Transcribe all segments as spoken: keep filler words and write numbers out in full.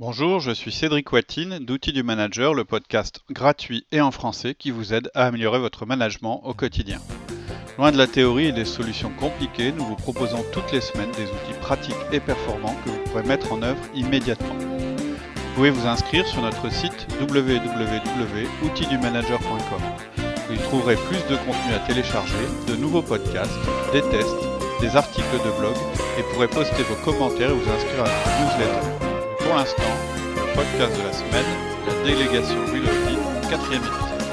Bonjour, je suis Cédric Watine d'Outils du Manager, le podcast gratuit et en français qui vous aide à améliorer votre management au quotidien. Loin de la théorie et des solutions compliquées, nous vous proposons toutes les semaines des outils pratiques et performants que vous pourrez mettre en œuvre immédiatement. Vous pouvez vous inscrire sur notre site w w w point outils du manager point com. Vous y trouverez plus de contenu à télécharger, de nouveaux podcasts, des tests, des articles de blog et pourrez poster vos commentaires et vous inscrire à notre newsletter. Pour l'instant, le podcast de la semaine, la délégation Reloaded, quatrième épisode.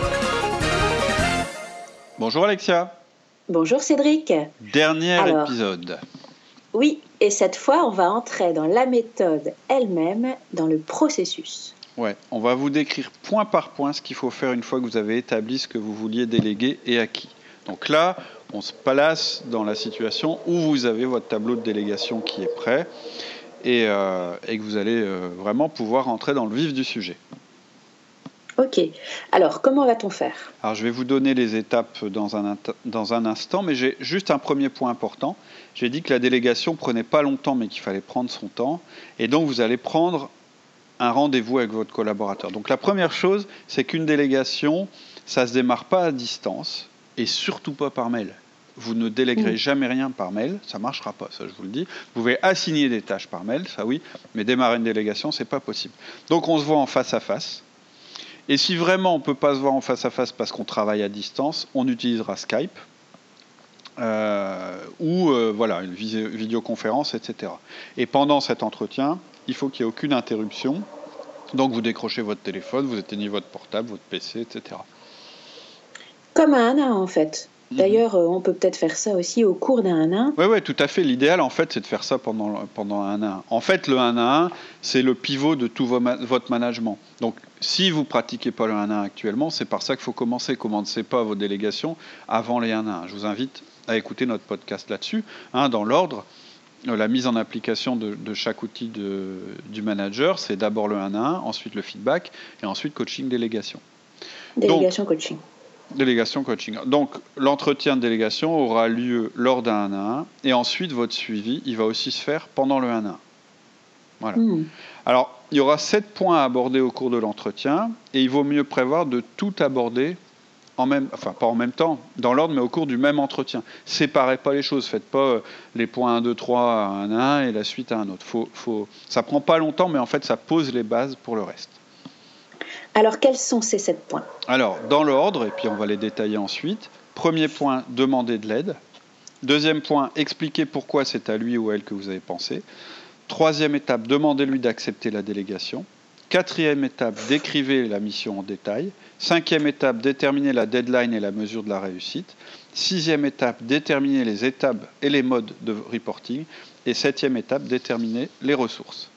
Bonjour Alexia. Bonjour Cédric. Dernier Alors, épisode. Oui, et cette fois, on va entrer dans la méthode elle-même, dans le processus. Ouais, on va vous décrire point par point ce qu'il faut faire une fois que vous avez établi ce que vous vouliez déléguer et à qui. Donc là, on se place dans la situation où vous avez votre tableau de délégation qui est prêt. Et, euh, et que vous allez euh, vraiment pouvoir rentrer dans le vif du sujet. Ok, alors comment va-t-on faire ? Alors je vais vous donner les étapes dans un, dans un instant, mais j'ai juste un premier point important. J'ai dit que la délégation prenait pas longtemps, mais qu'il fallait prendre son temps. Et donc vous allez prendre un rendez-vous avec votre collaborateur. Donc la première chose, c'est qu'une délégation, ça ne se démarre pas à distance, et surtout pas par mail. Vous ne déléguerez mmh. jamais rien par mail, ça ne marchera pas, ça je vous le dis. Vous pouvez assigner des tâches par mail, ça oui, mais démarrer une délégation, ce n'est pas possible. Donc on se voit en face à face. Et si vraiment on ne peut pas se voir en face à face parce qu'on travaille à distance, on utilisera Skype euh, ou euh, voilà, une visio- vidéoconférence, et cetera. Et pendant cet entretien, il faut qu'il n'y ait aucune interruption. Donc vous décrochez votre téléphone, vous éteignez votre portable, votre P C, et cetera. Comme un un en fait. D'ailleurs, on peut peut-être faire ça aussi au cours d'un un à un. Oui, ouais, tout à fait. L'idéal, en fait, c'est de faire ça pendant, pendant un un à un. En fait, le un à un, c'est le pivot de tout vos ma- votre management. Donc, si vous ne pratiquez pas le un à un actuellement, c'est par ça qu'il faut commencer. Commencez pas vos délégations avant les un à un. Je vous invite à écouter notre podcast là-dessus, hein, dans l'ordre. La mise en application de, de chaque outil de, du manager, c'est d'abord le un à un, ensuite le feedback, et ensuite coaching délégation. Délégation Donc, coaching. Délégation coaching. Donc, l'entretien de délégation aura lieu lors d'un un à un et ensuite, votre suivi, il va aussi se faire pendant le un à un. Voilà. Mmh. Alors, il y aura sept points à aborder au cours de l'entretien et il vaut mieux prévoir de tout aborder en même, enfin, pas en même temps, dans l'ordre, mais au cours du même entretien. Séparez pas les choses. Faites pas les points un, deux, trois à un à un et la suite à un autre. Faut, faut... Ça prend pas longtemps, mais en fait, ça pose les bases pour le reste. Alors, quels sont ces sept points ? Alors, dans l'ordre, et puis on va les détailler ensuite. Premier point, demander de l'aide. Deuxième point, expliquer pourquoi c'est à lui ou à elle que vous avez pensé. Troisième étape, demandez-lui d'accepter la délégation. Quatrième étape, décrivez la mission en détail. Cinquième étape, déterminer la deadline et la mesure de la réussite. Sixième étape, déterminer les étapes et les modes de reporting. Et septième étape, déterminer les ressources.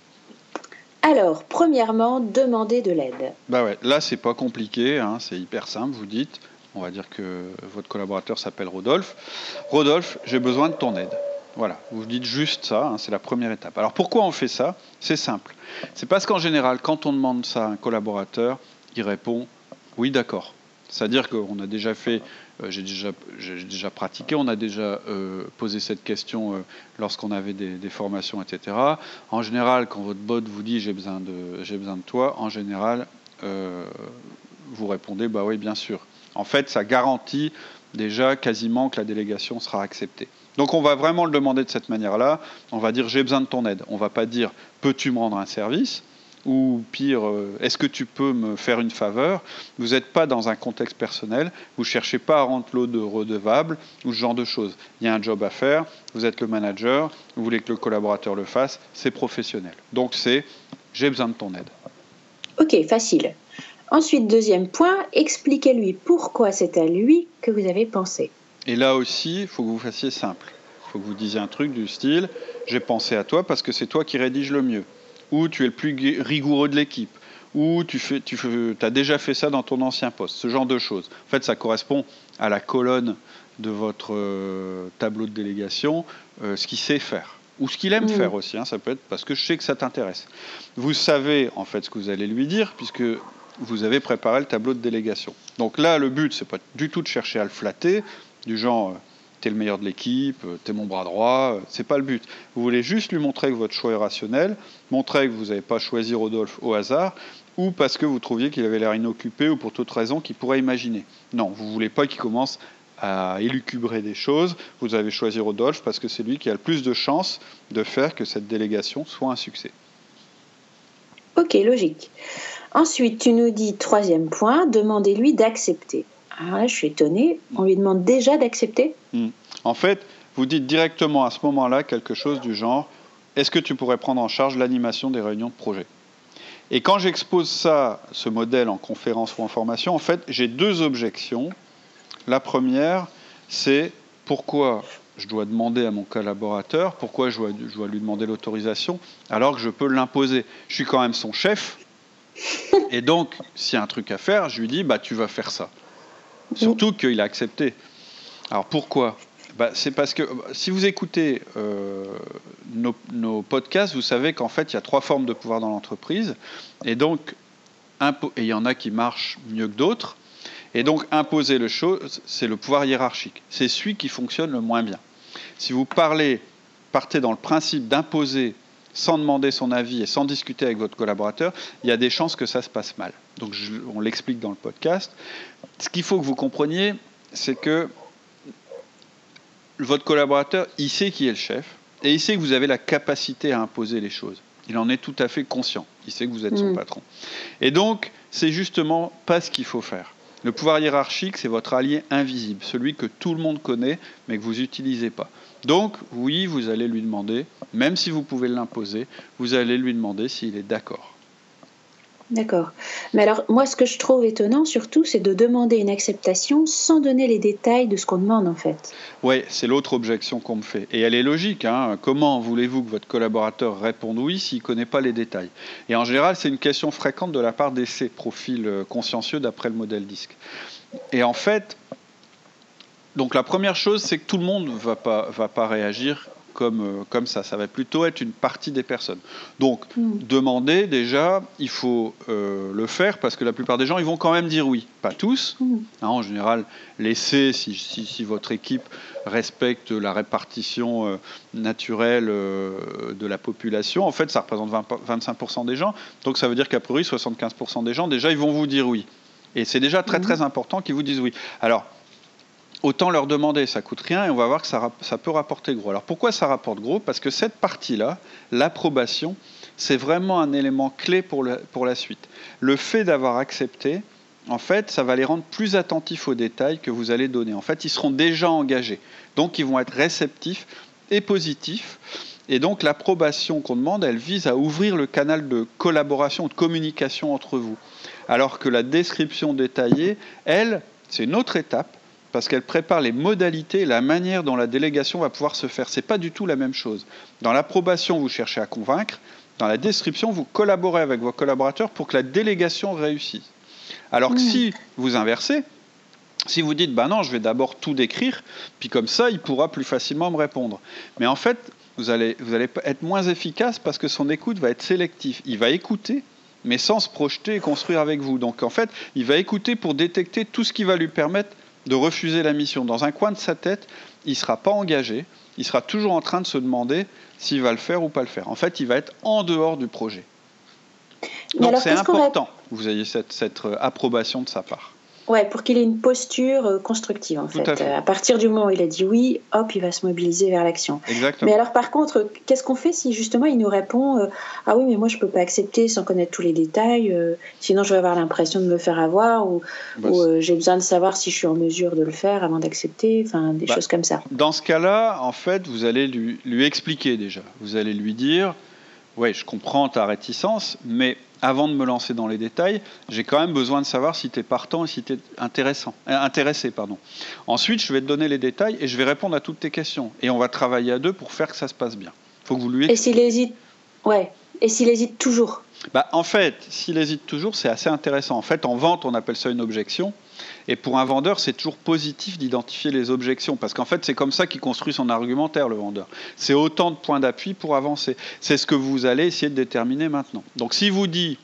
Alors, premièrement, demander de l'aide. Bah ouais, là, c'est pas compliqué, hein, c'est hyper simple. Vous dites, on va dire que votre collaborateur s'appelle Rodolphe. Rodolphe, j'ai besoin de ton aide. Voilà, vous dites juste ça, hein, c'est la première étape. Alors pourquoi on fait ça ? C'est simple. C'est parce qu'en général, quand on demande ça à un collaborateur, il répond oui, d'accord. C'est-à-dire qu'on a déjà fait, euh, j'ai, déjà, j'ai déjà pratiqué, on a déjà euh, posé cette question euh, lorsqu'on avait des, des formations, et cetera. En général, quand votre bot vous dit j'ai besoin de, j'ai besoin de toi, en général, euh, vous répondez bah oui, bien sûr. En fait, ça garantit déjà quasiment que la délégation sera acceptée. Donc on va vraiment le demander de cette manière-là. On va dire j'ai besoin de ton aide. On ne va pas dire peux-tu me rendre un service ? Ou pire, est-ce que tu peux me faire une faveur ? Vous n'êtes pas dans un contexte personnel, vous ne cherchez pas à rendre l'autre redevable ou ce genre de choses. Il y a un job à faire, vous êtes le manager, vous voulez que le collaborateur le fasse, c'est professionnel. Donc c'est « j'ai besoin de ton aide ». Ok, facile. Ensuite, deuxième point, expliquez-lui pourquoi c'est à lui que vous avez pensé. Et là aussi, il faut que vous fassiez simple. Il faut que vous disiez un truc du style « j'ai pensé à toi parce que c'est toi qui rédiges le mieux ». Ou tu es le plus rigoureux de l'équipe, ou tu, fais, tu fais, as déjà fait ça dans ton ancien poste, ce genre de choses. En fait, ça correspond à la colonne de votre euh, tableau de délégation, euh, ce qu'il sait faire, ou ce qu'il aime mmh. faire aussi, hein, ça peut être parce que je sais que ça t'intéresse. Vous savez en fait ce que vous allez lui dire, puisque vous avez préparé le tableau de délégation. Donc là, le but, c'est pas du tout de chercher à le flatter, du genre... Euh, t'es le meilleur de l'équipe, t'es mon bras droit, c'est pas le but. Vous voulez juste lui montrer que votre choix est rationnel, montrer que vous n'avez pas choisi Rodolphe au hasard, ou parce que vous trouviez qu'il avait l'air inoccupé, ou pour toute raison qu'il pourrait imaginer. Non, vous voulez pas qu'il commence à élucubrer des choses, vous avez choisi Rodolphe parce que c'est lui qui a le plus de chances de faire que cette délégation soit un succès. Ok, logique. Ensuite, tu nous dis, troisième point, demandez-lui d'accepter. Alors là, je suis étonnée, on lui demande déjà d'accepter ? mmh. En fait, vous dites directement à ce moment-là quelque chose du genre « Est-ce que tu pourrais prendre en charge l'animation des réunions de projet ?» Et quand j'expose ça, ce modèle en conférence ou en formation, en fait, j'ai deux objections. La première, c'est pourquoi je dois demander à mon collaborateur, pourquoi je dois, je dois lui demander l'autorisation, alors que je peux l'imposer. Je suis quand même son chef, et donc, s'il y a un truc à faire, je lui dis, bah, tu vas faire ça. Surtout qu'il a accepté. Alors pourquoi ? Bah, c'est parce que si vous écoutez euh, nos, nos podcasts, vous savez qu'en fait, il y a trois formes de pouvoir dans l'entreprise, et donc, impo- et il y en a qui marchent mieux que d'autres. Et donc, imposer le chose, c'est le pouvoir hiérarchique. C'est celui qui fonctionne le moins bien. Si vous parlez, partez dans le principe d'imposer sans demander son avis et sans discuter avec votre collaborateur, il y a des chances que ça se passe mal. Donc, je, on l'explique dans le podcast. Ce qu'il faut que vous compreniez, c'est que votre collaborateur, il sait qui est le chef et il sait que vous avez la capacité à imposer les choses. Il en est tout à fait conscient. Il sait que vous êtes son mmh. patron. Et donc, c'est justement pas ce qu'il faut faire. Le pouvoir hiérarchique, c'est votre allié invisible, celui que tout le monde connaît, mais que vous n'utilisez pas. Donc, oui, vous allez lui demander, même si vous pouvez l'imposer, vous allez lui demander s'il est d'accord. D'accord. Mais alors, moi, ce que je trouve étonnant, surtout, c'est de demander une acceptation sans donner les détails de ce qu'on demande, en fait. Oui, c'est l'autre objection qu'on me fait. Et elle est logique. Hein. Comment voulez-vous que votre collaborateur réponde oui s'il ne connaît pas les détails ? Et en général, c'est une question fréquente de la part des C, profils consciencieux d'après le modèle D I S C. Et en fait, donc la première chose, c'est que tout le monde ne va pas, va pas réagir comme, euh, comme ça. Ça va plutôt être une partie des personnes. Donc, mmh. demander, déjà, il faut euh, le faire parce que la plupart des gens, ils vont quand même dire oui. Pas tous. Mmh. Hein, en général, laissez, si, si, si votre équipe respecte la répartition euh, naturelle euh, de la population, en fait, ça représente vingt, vingt-cinq pour cent des gens. Donc, ça veut dire qu'à priori, soixante-quinze pour cent des gens, déjà, ils vont vous dire oui. Et c'est déjà très, mmh. très important qu'ils vous disent oui. Alors, autant leur demander, ça coûte rien et on va voir que ça, ça peut rapporter gros. Alors pourquoi ça rapporte gros ? Parce que cette partie-là, l'approbation, c'est vraiment un élément clé pour, le, pour la suite. Le fait d'avoir accepté, en fait, ça va les rendre plus attentifs aux détails que vous allez donner. En fait, ils seront déjà engagés. Donc, ils vont être réceptifs et positifs. Et donc, l'approbation qu'on demande, elle vise à ouvrir le canal de collaboration, de communication entre vous. Alors que la description détaillée, elle, c'est une autre étape, parce qu'elle prépare les modalités et la manière dont la délégation va pouvoir se faire. Ce n'est pas du tout la même chose. Dans l'approbation, vous cherchez à convaincre. Dans la description, vous collaborez avec vos collaborateurs pour que la délégation réussisse. Alors que mmh. si vous inversez, si vous dites bah « non, je vais d'abord tout décrire, puis comme ça, il pourra plus facilement me répondre ». Mais en fait, vous allez, vous allez être moins efficace parce que son écoute va être sélective. Il va écouter, mais sans se projeter et construire avec vous. Donc en fait, il va écouter pour détecter tout ce qui va lui permettre de refuser la mission. Dans un coin de sa tête, il ne sera pas engagé, il sera toujours en train de se demander s'il va le faire ou pas le faire. En fait, il va être en dehors du projet. Donc alors, c'est important va... que vous ayez cette, cette approbation de sa part. Ouais, pour qu'il ait une posture constructive, en fait. À, fait. À partir du moment où il a dit oui, hop, il va se mobiliser vers l'action. Exactement. Mais alors, par contre, qu'est-ce qu'on fait si, justement, il nous répond euh, « Ah oui, mais moi, je ne peux pas accepter sans connaître tous les détails, euh, sinon je vais avoir l'impression de me faire avoir, ou, bah, ou euh, j'ai besoin de savoir si je suis en mesure de le faire avant d'accepter, enfin, des bah, choses comme ça. » Dans ce cas-là, en fait, vous allez lui, lui expliquer déjà. Vous allez lui dire « Ouais, je comprends ta réticence, mais... » avant de me lancer dans les détails, j'ai quand même besoin de savoir si tu es partant et si tu es intéressant, euh, intéressé. Pardon. Ensuite, je vais te donner les détails et je vais répondre à toutes tes questions. Et on va travailler à deux pour faire que ça se passe bien. Faut que vous lui expliquez. Et s'il hésite, ouais. Et s'il hésite toujours bah, en fait, s'il hésite toujours, c'est assez intéressant. En fait, en vente, on appelle ça une objection. Et pour un vendeur, c'est toujours positif d'identifier les objections. Parce qu'en fait, c'est comme ça qu'il construit son argumentaire, le vendeur. C'est autant de points d'appui pour avancer. C'est ce que vous allez essayer de déterminer maintenant. Donc, s'il vous dit,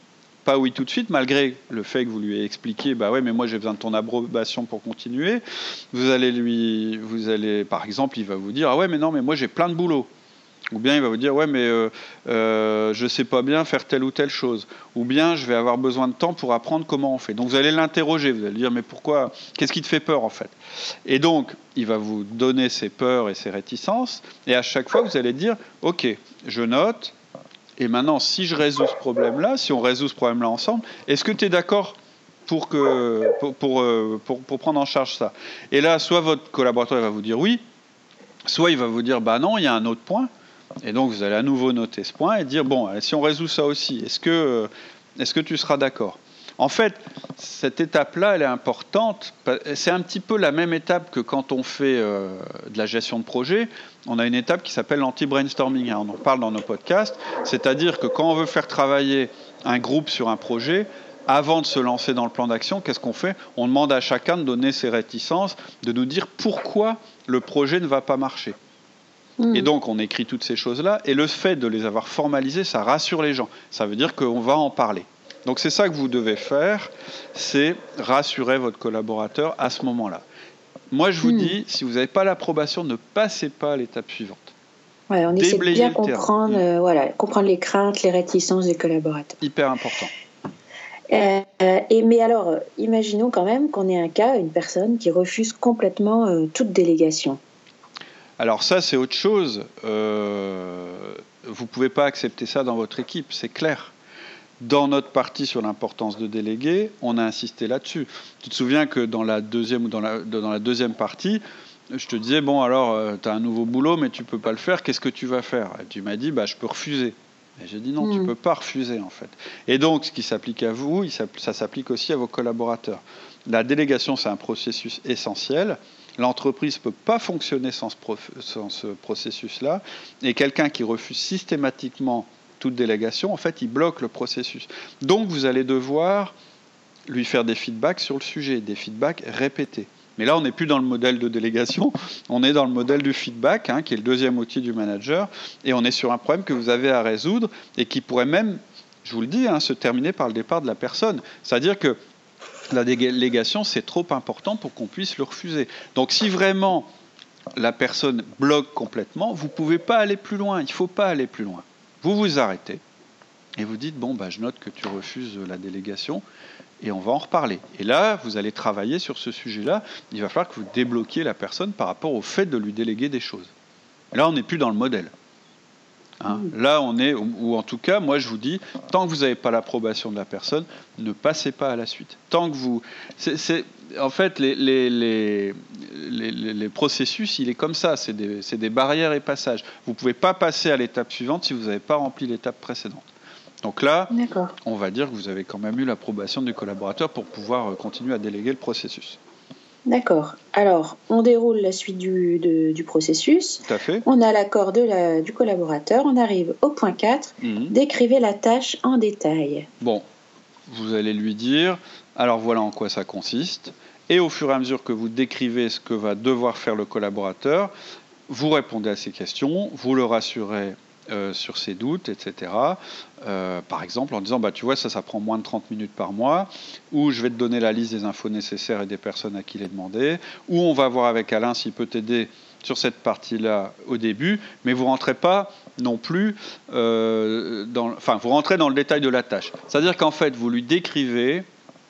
pas oui tout de suite, malgré le fait que vous lui ayez expliqué, bah ouais, mais moi j'ai besoin de ton approbation pour continuer. Vous allez lui, vous allez, par exemple, il va vous dire, ah ouais, mais non, mais moi j'ai plein de boulot. Ou bien il va vous dire, ouais, mais euh, euh, je ne sais pas bien faire telle ou telle chose. Ou bien je vais avoir besoin de temps pour apprendre comment on fait. Donc vous allez l'interroger, vous allez lui dire, mais pourquoi, qu'est-ce qui te fait peur en fait? Et donc, il va vous donner ses peurs et ses réticences. Et à chaque fois, vous allez dire, ok, je note. Et maintenant, si je résous ce problème-là, si on résout ce problème-là ensemble, est-ce que tu es d'accord pour, que, pour, pour, pour, pour prendre en charge ça? Et là, soit votre collaborateur va vous dire oui, soit il va vous dire, bah non, il y a un autre point. Et donc, vous allez à nouveau noter ce point et dire, bon, si on résout ça aussi, est-ce que, est-ce que tu seras d'accord? En fait, cette étape-là, elle est importante. C'est un petit peu la même étape que quand on fait euh, de la gestion de projet. On a une étape qui s'appelle l'anti-brainstorming. On en parle dans nos podcasts. C'est-à-dire que quand on veut faire travailler un groupe sur un projet, avant de se lancer dans le plan d'action, qu'est-ce qu'on fait? On demande à chacun de donner ses réticences, de nous dire pourquoi le projet ne va pas marcher. Et donc, on écrit toutes ces choses-là. Et le fait de les avoir formalisées, ça rassure les gens. Ça veut dire qu'on va en parler. Donc, c'est ça que vous devez faire, c'est rassurer votre collaborateur à ce moment-là. Moi, je vous mmh. dis, si vous n'avez pas l'approbation, ne passez pas à l'étape suivante. Ouais, on essaie de bien comprendre, euh, voilà, comprendre les craintes, les réticences des collaborateurs. Hyper important. Euh, et, mais alors, imaginons quand même qu'on ait un cas, une personne qui refuse complètement euh, toute délégation. Alors ça, c'est autre chose. Euh, vous ne pouvez pas accepter ça dans votre équipe, c'est clair. Dans notre partie sur l'importance de déléguer, on a insisté là-dessus. Tu te souviens que dans la deuxième, ou dans la, dans la deuxième partie, je te disais, bon alors, euh, tu as un nouveau boulot, mais tu ne peux pas le faire, qu'est-ce que tu vas faire? Et tu m'as dit, bah, je peux refuser. Et j'ai dit, non, mmh. tu ne peux pas refuser, en fait. Et donc, ce qui s'applique à vous, ça s'applique aussi à vos collaborateurs. La délégation, c'est un processus essentiel. L'entreprise ne peut pas fonctionner sans ce, sans ce processus-là. Et quelqu'un qui refuse systématiquement toute délégation, en fait, il bloque le processus. Donc, vous allez devoir lui faire des feedbacks sur le sujet, des feedbacks répétés. Mais là, on n'est plus dans le modèle de délégation, on est dans le modèle du feedback, hein, qui est le deuxième outil du manager, et on est sur un problème que vous avez à résoudre et qui pourrait même, je vous le dis, hein, se terminer par le départ de la personne. C'est-à-dire que la délégation, c'est trop important pour qu'on puisse le refuser. Donc, si vraiment la personne bloque complètement, vous ne pouvez pas aller plus loin, il ne faut pas aller plus loin. Vous vous arrêtez et vous dites, bon, bah, je note que tu refuses la délégation et on va en reparler. Et là, vous allez travailler sur ce sujet-là. Il va falloir que vous débloquiez la personne par rapport au fait de lui déléguer des choses. Et là, on n'est plus dans le modèle. Hein. Mmh. Là, on est, ou en tout cas, moi, je vous dis, tant que vous n'avez pas l'approbation de la personne, ne passez pas à la suite. Tant que vous... C'est, c'est, en fait, les, les, les, les, les processus, il est comme ça. C'est des, c'est des barrières et passages. Vous ne pouvez pas passer à l'étape suivante si vous n'avez pas rempli l'étape précédente. Donc là, D'accord. on va dire que vous avez quand même eu l'approbation du collaborateur pour pouvoir continuer à déléguer le processus. D'accord. Alors, on déroule la suite du, de, du processus. Tout à fait. On a l'accord de la, du collaborateur. On arrive au point quatre. Mmh. Décrivez la tâche en détail. Bon, vous allez lui dire, alors voilà en quoi ça consiste. Et au fur et à mesure que vous décrivez ce que va devoir faire le collaborateur, vous répondez à ses questions, vous le rassurez Euh, sur ses doutes, et cetera. Euh, par exemple, en disant, bah, tu vois, ça, ça prend moins de trente minutes par mois, ou je vais te donner la liste des infos nécessaires et des personnes à qui les demander, ou on va voir avec Alain s'il peut t'aider sur cette partie-là au début, mais vous ne rentrez pas non plus, euh, dans, enfin, vous rentrez dans le détail de la tâche. C'est-à-dire qu'en fait, vous lui décrivez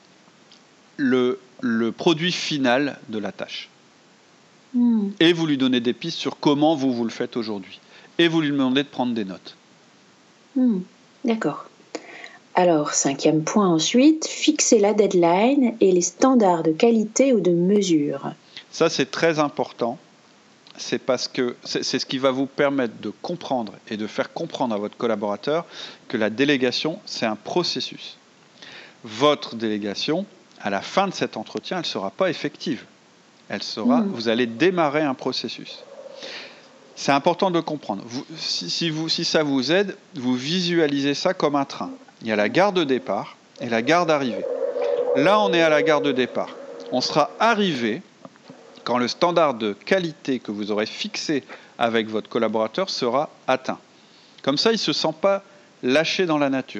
le, le produit final de la tâche. Mmh. Et vous lui donnez des pistes sur comment vous, vous le faites aujourd'hui. Et vous lui demandez de prendre des notes. Mmh, d'accord. Alors, cinquième point ensuite, fixer la deadline et les standards de qualité ou de mesure. Ça, c'est très important. C'est parce que c'est, c'est ce qui va vous permettre de comprendre et de faire comprendre à votre collaborateur que la délégation, c'est un processus. Votre délégation, à la fin de cet entretien, elle ne sera pas effective. Elle sera, mmh. Vous allez démarrer un processus. C'est important de comprendre. Vous, si, si, vous, si ça vous aide, vous visualisez ça comme un train. Il y a la gare de départ et la gare d'arrivée. Là, on est à la gare de départ. On sera arrivé quand le standard de qualité que vous aurez fixé avec votre collaborateur sera atteint. Comme ça, il ne se sent pas lâché dans la nature.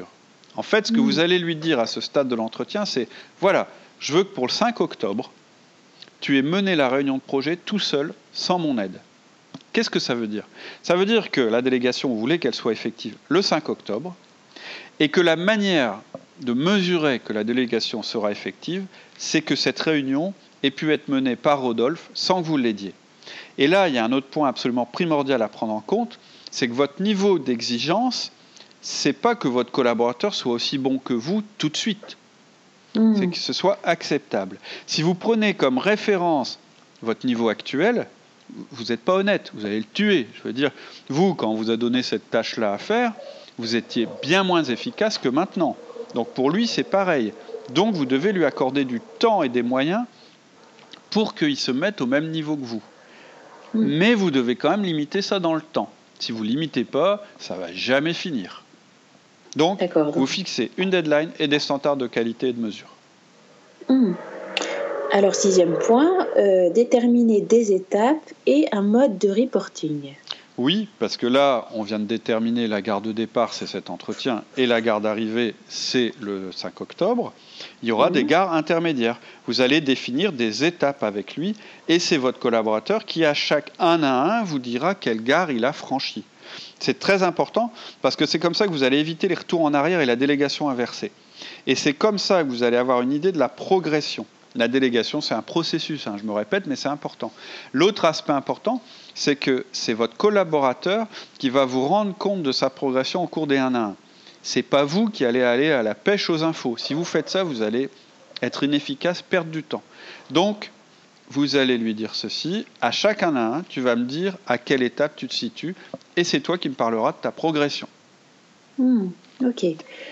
En fait, ce que mmh. vous allez lui dire à ce stade de l'entretien, c'est « Voilà, je veux que pour le cinq octobre, tu aies mené la réunion de projet tout seul, sans mon aide. » Qu'est-ce que ça veut dire ? Ça veut dire que la délégation, vous voulez qu'elle soit effective le cinq octobre, et que la manière de mesurer que la délégation sera effective, c'est que cette réunion ait pu être menée par Rodolphe sans que vous l'aidiez. Et là, il y a un autre point absolument primordial à prendre en compte, c'est que votre niveau d'exigence, c'est pas que votre collaborateur soit aussi bon que vous tout de suite. Mmh. C'est que ce soit acceptable. Si vous prenez comme référence votre niveau actuel, vous n'êtes pas honnête, vous allez le tuer. Je veux dire, vous, quand on vous a donné cette tâche-là à faire, vous étiez bien moins efficace que maintenant. Donc pour lui, c'est pareil. Donc vous devez lui accorder du temps et des moyens pour qu'il se mette au même niveau que vous. Mmh. Mais vous devez quand même limiter ça dans le temps. Si vous ne limitez pas, ça ne va jamais finir. Donc, D'accord. vous fixez une deadline et des standards de qualité et de mesure. Mmh. Alors, sixième point, euh, déterminer des étapes et un mode de reporting. Oui, parce que là, on vient de déterminer la gare de départ, c'est cet entretien, et la gare d'arrivée, c'est le cinq octobre. Il y aura mmh. des gares intermédiaires. Vous allez définir des étapes avec lui, et c'est votre collaborateur qui, à chaque un à un, vous dira quelle gare il a franchie. C'est très important, parce que c'est comme ça que vous allez éviter les retours en arrière et la délégation inversée. Et c'est comme ça que vous allez avoir une idée de la progression. La délégation, c'est un processus, hein, je me répète, mais c'est important. L'autre aspect important, c'est que c'est votre collaborateur qui va vous rendre compte de sa progression au cours des un à un. Ce n'est pas vous qui allez aller à la pêche aux infos. Si vous faites ça, vous allez être inefficace, perdre du temps. Donc, vous allez lui dire ceci, à chaque un à un, tu vas me dire à quelle étape tu te situes, et c'est toi qui me parleras de ta progression. Mmh, ok.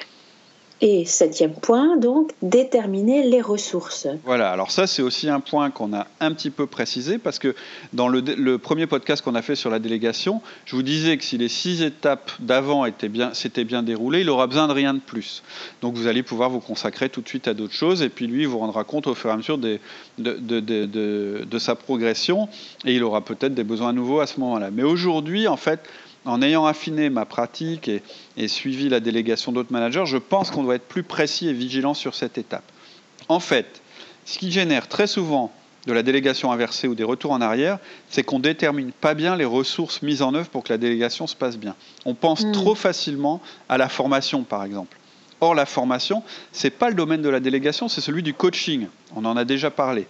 Et septième point, donc, déterminer les ressources. Voilà, alors ça, c'est aussi un point qu'on a un petit peu précisé, parce que dans le, le premier podcast qu'on a fait sur la délégation, je vous disais que si les six étapes d'avant étaient bien, s'étaient bien déroulées, il aura besoin de rien de plus. Donc vous allez pouvoir vous consacrer tout de suite à d'autres choses, et puis lui, il vous rendra compte au fur et à mesure des, de, de, de, de, de sa progression, et il aura peut-être des besoins nouveaux à ce moment-là. Mais aujourd'hui, en fait, en ayant affiné ma pratique et, et suivi la délégation d'autres managers, je pense qu'on doit être plus précis et vigilant sur cette étape. En fait, ce qui génère très souvent de la délégation inversée ou des retours en arrière, c'est qu'on ne détermine pas bien les ressources mises en œuvre pour que la délégation se passe bien. On pense mmh. trop facilement à la formation, par exemple. Or, la formation, ce n'est pas le domaine de la délégation, c'est celui du coaching. On en a déjà parlé.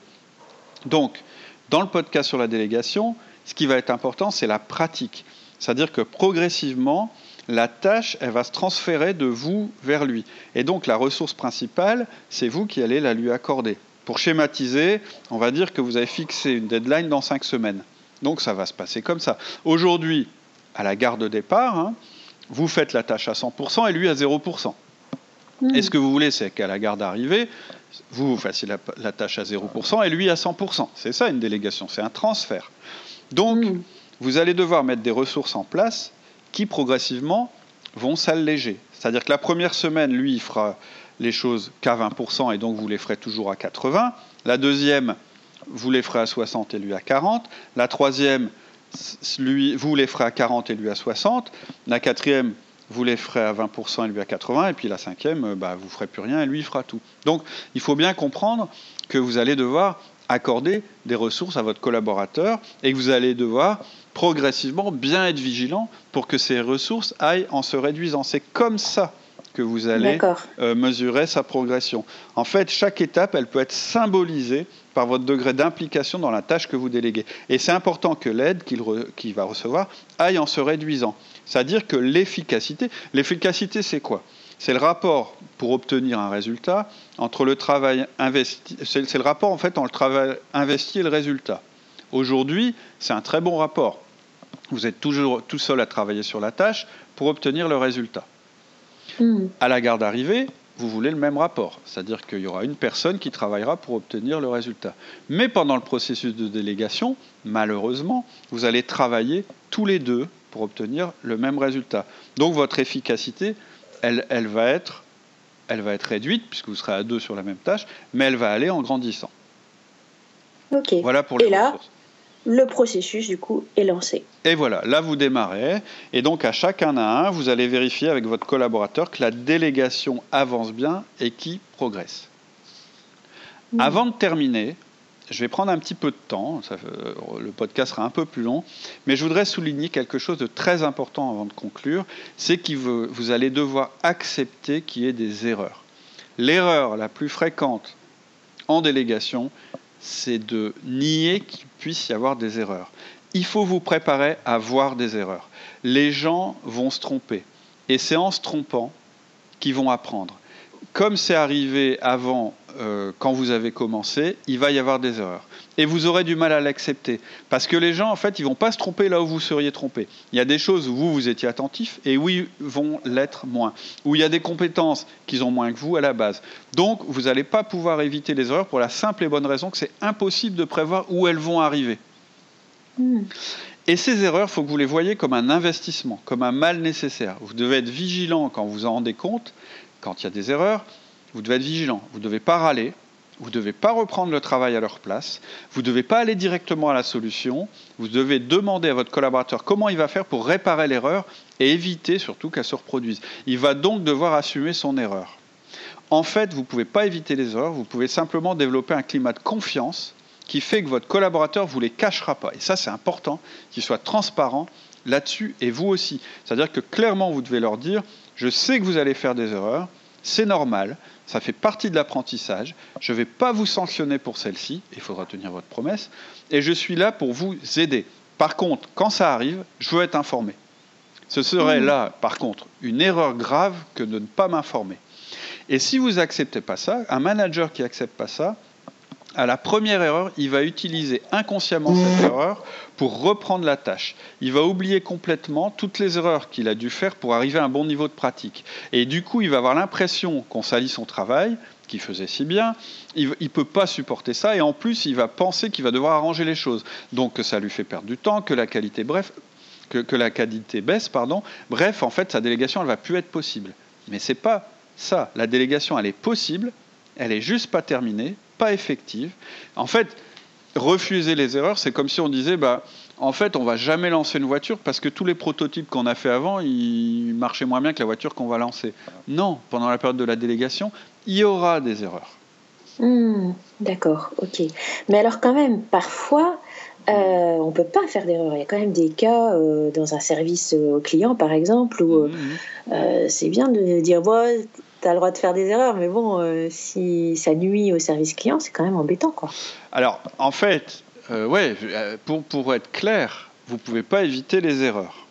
Donc, dans le podcast sur la délégation, ce qui va être important, c'est la pratique. C'est-à-dire que progressivement, la tâche, elle va se transférer de vous vers lui. Et donc, la ressource principale, c'est vous qui allez la lui accorder. Pour schématiser, on va dire que vous avez fixé une deadline dans cinq semaines. Donc, ça va se passer comme ça. Aujourd'hui, à la gare de départ, hein, vous faites la tâche à cent pour cent et lui à zéro pour cent. Mmh. Et ce que vous voulez, c'est qu'à la gare d'arrivée, vous, vous fassiez la, la tâche à zéro pour cent et lui à cent pour cent. C'est ça une délégation, c'est un transfert. Donc, mmh. vous allez devoir mettre des ressources en place qui, progressivement, vont s'alléger. C'est-à-dire que la première semaine, lui, il fera les choses qu'à vingt pour cent et donc vous les ferez toujours à quatre-vingts. La deuxième, vous les ferez à soixante et lui à quarante. La troisième, lui, vous les ferez à quarante et lui à soixante. La quatrième, vous les ferez à vingt pour cent et lui à quatre-vingts. Et puis la cinquième, bah, vous ne ferez plus rien et lui, il fera tout. Donc, il faut bien comprendre que vous allez devoir accorder des ressources à votre collaborateur et que vous allez devoir progressivement bien être vigilant pour que ces ressources aillent en se réduisant. C'est comme ça que vous allez euh, mesurer sa progression. En fait, chaque étape, elle peut être symbolisée par votre degré d'implication dans la tâche que vous déléguez. Et c'est important que l'aide qu'il, re, qu'il va recevoir aille en se réduisant. C'est-à-dire que l'efficacité, l'efficacité c'est quoi ? C'est le rapport pour obtenir un résultat entre le travail investi. C'est, c'est le rapport en fait entre le travail investi et le résultat. Aujourd'hui, c'est un très bon rapport. Vous êtes toujours tout seul à travailler sur la tâche pour obtenir le résultat. Mmh. À la gare d'arrivée, vous voulez le même rapport. C'est-à-dire qu'il y aura une personne qui travaillera pour obtenir le résultat. Mais pendant le processus de délégation, malheureusement, vous allez travailler tous les deux pour obtenir le même résultat. Donc votre efficacité, elle, elle, va être, elle va être réduite, puisque vous serez à deux sur la même tâche, mais elle va aller en grandissant. Okay. Voilà pour les Et là, ressources. le processus, du coup, est lancé. Et voilà, là, vous démarrez. Et donc, à chacun à un, vous allez vérifier avec votre collaborateur que la délégation avance bien et qu'il progresse. Mmh. Avant de terminer, je vais prendre un petit peu de temps. Ça, euh, le podcast sera un peu plus long. Mais je voudrais souligner quelque chose de très important avant de conclure. C'est que vous, vous allez devoir accepter qu'il y ait des erreurs. L'erreur la plus fréquente en délégation, c'est de nier qu'il puisse y avoir des erreurs. Il faut vous préparer à voir des erreurs. Les gens vont se tromper. Et c'est en se trompant qu'ils vont apprendre. Comme c'est arrivé avant, euh, quand vous avez commencé, il va y avoir des erreurs. Et vous aurez du mal à l'accepter. Parce que les gens, en fait, ils ne vont pas se tromper là où vous seriez trompé. Il y a des choses où vous, vous étiez attentif et où ils vont l'être moins. Où il y a des compétences qu'ils ont moins que vous à la base. Donc, vous n'allez pas pouvoir éviter les erreurs pour la simple et bonne raison que c'est impossible de prévoir où elles vont arriver. Mmh. Et ces erreurs, il faut que vous les voyez comme un investissement, comme un mal nécessaire. Vous devez être vigilant quand vous vous en rendez compte. Quand il y a des erreurs, vous devez être vigilant. Vous ne devez pas râler, vous ne devez pas reprendre le travail à leur place, vous ne devez pas aller directement à la solution, vous devez demander à votre collaborateur comment il va faire pour réparer l'erreur et éviter surtout qu'elle se reproduise. Il va donc devoir assumer son erreur. En fait, vous ne pouvez pas éviter les erreurs, vous pouvez simplement développer un climat de confiance qui fait que votre collaborateur ne vous les cachera pas. Et ça, c'est important, qu'il soit transparent là-dessus, et vous aussi. C'est-à-dire que clairement, vous devez leur dire « Je sais que vous allez faire des erreurs, c'est normal, ça fait partie de l'apprentissage, je ne vais pas vous sanctionner pour celle-ci, il faudra tenir votre promesse, et je suis là pour vous aider. Par contre, quand ça arrive, je veux être informé. Ce serait là, par contre, une erreur grave que de ne pas m'informer. Et si vous n'acceptez pas ça, un manager qui n'accepte pas ça, à la première erreur, il va utiliser inconsciemment cette erreur pour reprendre la tâche. Il va oublier complètement toutes les erreurs qu'il a dû faire pour arriver à un bon niveau de pratique. Et du coup, il va avoir l'impression qu'on salit son travail, qu'il faisait si bien, il ne peut pas supporter ça, et en plus, il va penser qu'il va devoir arranger les choses. Donc, que ça lui fait perdre du temps, que la qualité, bref, que, que la qualité baisse, pardon. Bref, en fait, sa délégation, elle ne va plus être possible. Mais ce n'est pas ça. La délégation, elle est possible, elle n'est juste pas terminée, pas effective. En fait, refuser les erreurs, c'est comme si on disait, bah, en fait, on ne va jamais lancer une voiture parce que tous les prototypes qu'on a fait avant, ils marchaient moins bien que la voiture qu'on va lancer. Non, pendant la période de la délégation, il y aura des erreurs. Mmh, d'accord, ok. Mais alors quand même, parfois, euh, on ne peut pas faire d'erreur. Il y a quand même des cas euh, dans un service au client, par exemple, où mmh. euh, c'est bien de dire, bon, tu as le droit de faire des erreurs, mais bon, euh, si ça nuit au service client, c'est quand même embêtant, quoi. Alors, en fait, euh, ouais, pour, pour être clair, vous ne pouvez pas éviter les erreurs.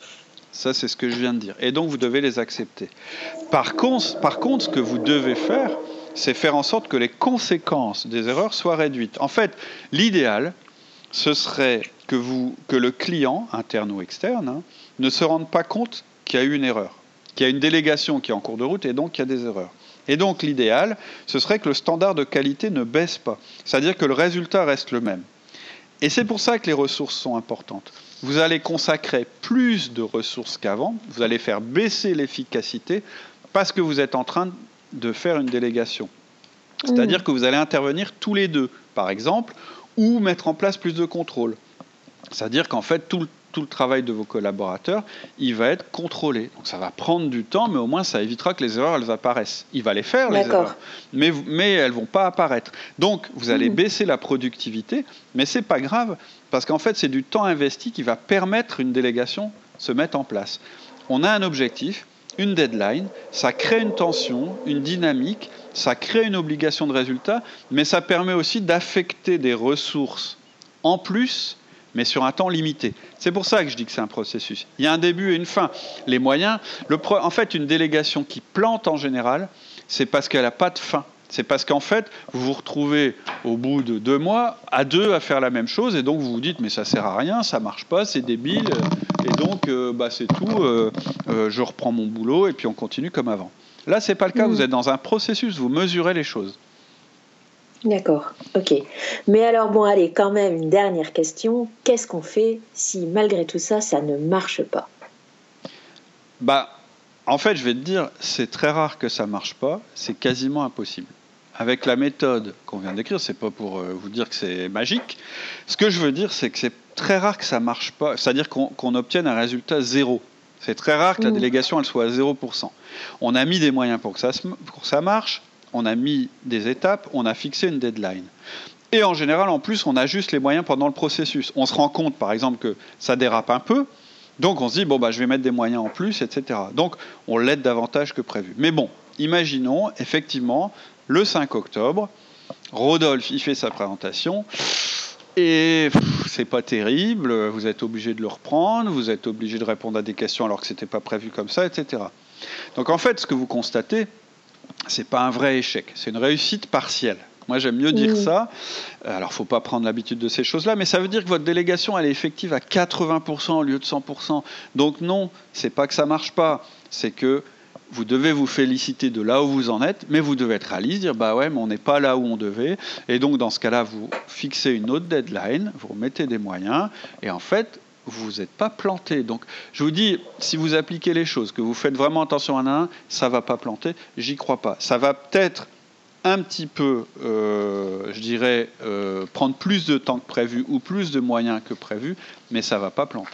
Ça, c'est ce que je viens de dire. Et donc, vous devez les accepter. Par contre, par contre, ce que vous devez faire, c'est faire en sorte que les conséquences des erreurs soient réduites. En fait, l'idéal, ce serait que, vous, que le client, interne ou externe, hein, ne se rende pas compte qu'il y a eu une erreur, qu'il y a une délégation qui est en cours de route et donc il y a des erreurs. Et donc l'idéal, ce serait que le standard de qualité ne baisse pas, c'est-à-dire que le résultat reste le même. Et c'est pour ça que les ressources sont importantes. Vous allez consacrer plus de ressources qu'avant, vous allez faire baisser l'efficacité parce que vous êtes en train de faire une délégation. C'est-à-dire mmh. que vous allez intervenir tous les deux, par exemple, ou mettre en place plus de contrôle. C'est-à-dire qu'en fait, tout le tout le travail de vos collaborateurs, il va être contrôlé. Donc ça va prendre du temps, mais au moins ça évitera que les erreurs elles apparaissent. Il va les faire, les D'accord. erreurs, mais, mais elles ne vont pas apparaître. Donc vous allez mmh. baisser la productivité, mais ce n'est pas grave, parce qu'en fait c'est du temps investi qui va permettre une délégation de se mettre en place. On a un objectif, une deadline, ça crée une tension, une dynamique, ça crée une obligation de résultat, mais ça permet aussi d'affecter des ressources en plus, mais sur un temps limité. C'est pour ça que je dis que c'est un processus. Il y a un début et une fin. Les moyens, le pro... en fait, une délégation qui plante en général, c'est parce qu'elle n'a pas de fin. C'est parce qu'en fait, vous vous retrouvez au bout de deux mois à deux à faire la même chose, et donc vous vous dites, mais ça ne sert à rien, ça ne marche pas, c'est débile, et donc euh, bah, c'est tout, euh, euh, je reprends mon boulot, et puis on continue comme avant. Là, ce n'est pas le cas, mmh. vous êtes dans un processus, vous mesurez les choses. D'accord, ok. Mais alors, bon, allez, quand même, une dernière question. Qu'est-ce qu'on fait si, malgré tout ça, ça ne marche pas ? Bah, en fait, je vais te dire, c'est très rare que ça ne marche pas, c'est quasiment impossible. avec la méthode qu'on vient d'écrire, c'est pas pour euh, vous dire que c'est magique. Ce que je veux dire, c'est que c'est très rare que ça marche pas, c'est-à-dire qu'on, qu'on obtienne un résultat zéro. C'est très rare que la délégation elle soit à zéro pour cent. On a mis des moyens pour que ça, pour que ça marche, on a mis des étapes, on a fixé une deadline. Et en général, en plus, on ajuste les moyens pendant le processus. On se rend compte, par exemple, que ça dérape un peu, donc on se dit, bon, bah, je vais mettre des moyens en plus, et cetera. Donc, on l'aide davantage que prévu. Mais bon, imaginons, effectivement, le cinq octobre, Rodolphe, il fait sa présentation, et pff, c'est pas terrible, vous êtes obligé de le reprendre, vous êtes obligé de répondre à des questions alors que c'était pas prévu comme ça, et cetera. Donc en fait, ce que vous constatez, c'est pas un vrai échec, c'est une réussite partielle. Moi, j'aime mieux dire mmh. ça. Alors, faut pas prendre l'habitude de ces choses-là, mais ça veut dire que votre délégation, elle est effective à quatre-vingts pour cent au lieu de cent pour cent. Donc non, c'est pas que ça marche pas, c'est que vous devez vous féliciter de là où vous en êtes, mais vous devez être réaliste, dire bah ouais, mais on n'est pas là où on devait. Et donc dans ce cas-là, vous fixez une autre deadline, vous remettez des moyens, et en fait, vous vous êtes pas planté. Donc je vous dis, si vous appliquez les choses, que vous faites vraiment attention à un, ça va pas planter. J'y crois pas. Ça va peut-être un petit peu, euh, je dirais, euh, prendre plus de temps que prévu ou plus de moyens que prévu, mais ça va pas planter.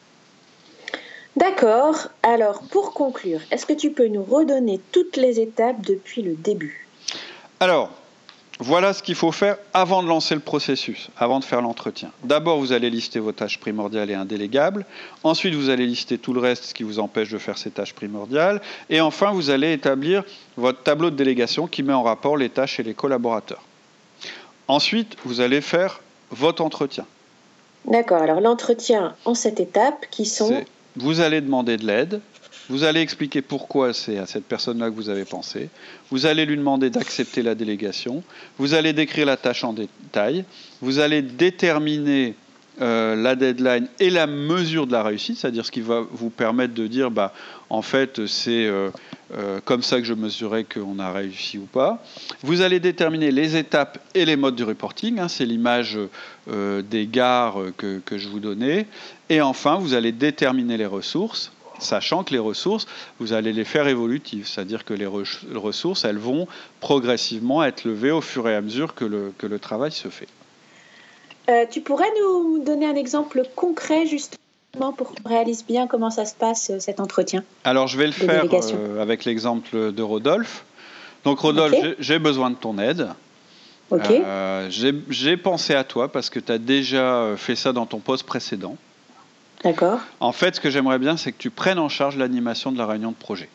D'accord. Alors, pour conclure, est-ce que tu peux nous redonner toutes les étapes depuis le début ? Alors, voilà ce qu'il faut faire avant de lancer le processus, avant de faire l'entretien. D'abord, vous allez lister vos tâches primordiales et indélégables. Ensuite, vous allez lister tout le reste, ce qui vous empêche de faire ces tâches primordiales. Et enfin, vous allez établir votre tableau de délégation qui met en rapport les tâches et les collaborateurs. Ensuite, vous allez faire votre entretien. D'accord. Alors, l'entretien en sept étapes qui sont... C'est... Vous allez demander de l'aide, vous allez expliquer pourquoi c'est à cette personne-là que vous avez pensé, vous allez lui demander d'accepter la délégation, vous allez décrire la tâche en détail, vous allez déterminer euh, la deadline et la mesure de la réussite, c'est-à-dire ce qui va vous permettre de dire, bah, en fait, c'est euh, euh, comme ça que je mesurais qu'on a réussi ou pas. Vous allez déterminer les étapes et les modes du reporting, hein, c'est l'image euh, des gares que, que je vous donnais. Et enfin, vous allez déterminer les ressources, sachant que les ressources, vous allez les faire évolutives, c'est-à-dire que les re- ressources, elles vont progressivement être levées au fur et à mesure que le, que le travail se fait. Euh, tu pourrais nous donner un exemple concret, justement, pour qu'on réalise bien comment ça se passe, cet entretien ? Alors, je vais le faire euh, avec l'exemple de Rodolphe. Donc, Rodolphe, okay. j'ai, j'ai besoin de ton aide. Okay. Euh, j'ai, j'ai pensé à toi parce que tu as déjà fait ça dans ton poste précédent. D'accord. En fait, ce que j'aimerais bien, c'est que tu prennes en charge l'animation de la réunion de projet.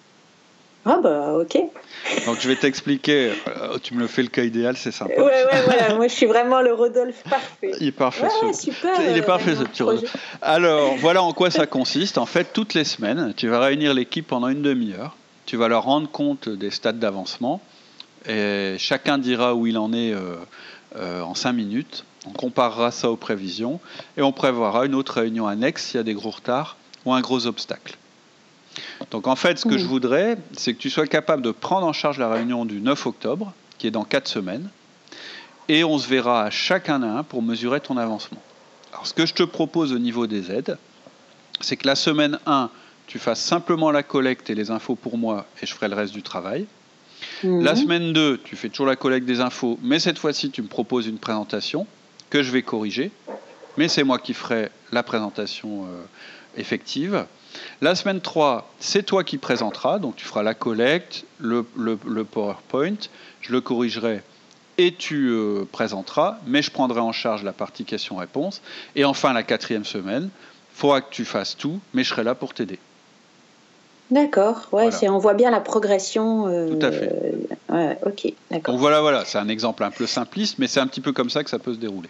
Ah bah ok. Donc je vais t'expliquer, euh, tu me le fais le cas idéal, c'est sympa. Ouais, ouais, voilà, moi je suis vraiment le Rodolphe parfait. Il est parfait, ouais, ce... super. Il est euh, parfait ce petit Rodolphe. Alors voilà en quoi ça consiste. En fait, toutes les semaines, tu vas réunir l'équipe pendant une demi-heure. Tu vas leur rendre compte des stades d'avancement. Et chacun dira où il en est euh, euh, en cinq minutes. On comparera ça aux prévisions. Et on prévoira une autre réunion annexe s'il y a des gros retards ou un gros obstacle. Donc en fait, ce que mmh. je voudrais, c'est que tu sois capable de prendre en charge la réunion du neuf octobre, qui est dans quatre semaines, et on se verra à chacun à un pour mesurer ton avancement. Alors ce que je te propose au niveau des aides, c'est que la semaine un, tu fasses simplement la collecte et les infos pour moi, et je ferai le reste du travail. Mmh. La semaine deux, tu fais toujours la collecte des infos, mais cette fois-ci, tu me proposes une présentation que je vais corriger, mais c'est moi qui ferai la présentation euh, effective. La semaine trois, c'est toi qui présenteras, donc tu feras la collecte, le, le, le PowerPoint, je le corrigerai et tu euh, présenteras, mais je prendrai en charge la partie questions-réponses. Et enfin, la quatrième semaine, il faudra que tu fasses tout, mais je serai là pour t'aider. D'accord, ouais, voilà. c'est, on voit bien la progression. Euh, tout à fait. Euh, ouais, ok, d'accord. Donc voilà, voilà, c'est un exemple un peu simpliste, mais c'est un petit peu comme ça que ça peut se dérouler.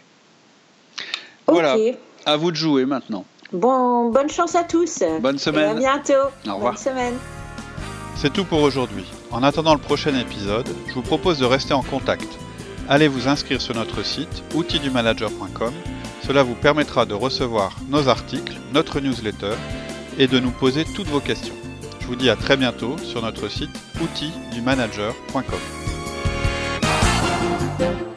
Ok. Voilà, à vous de jouer maintenant. Bon, bonne chance à tous. Bonne semaine. Et à bientôt. Au revoir. Bonne semaine. C'est tout pour aujourd'hui. En attendant le prochain épisode, je vous propose de rester en contact. Allez vous inscrire sur notre site outils du manager point com. Cela vous permettra de recevoir nos articles, notre newsletter et de nous poser toutes vos questions. Je vous dis à très bientôt sur notre site outils du manager point com.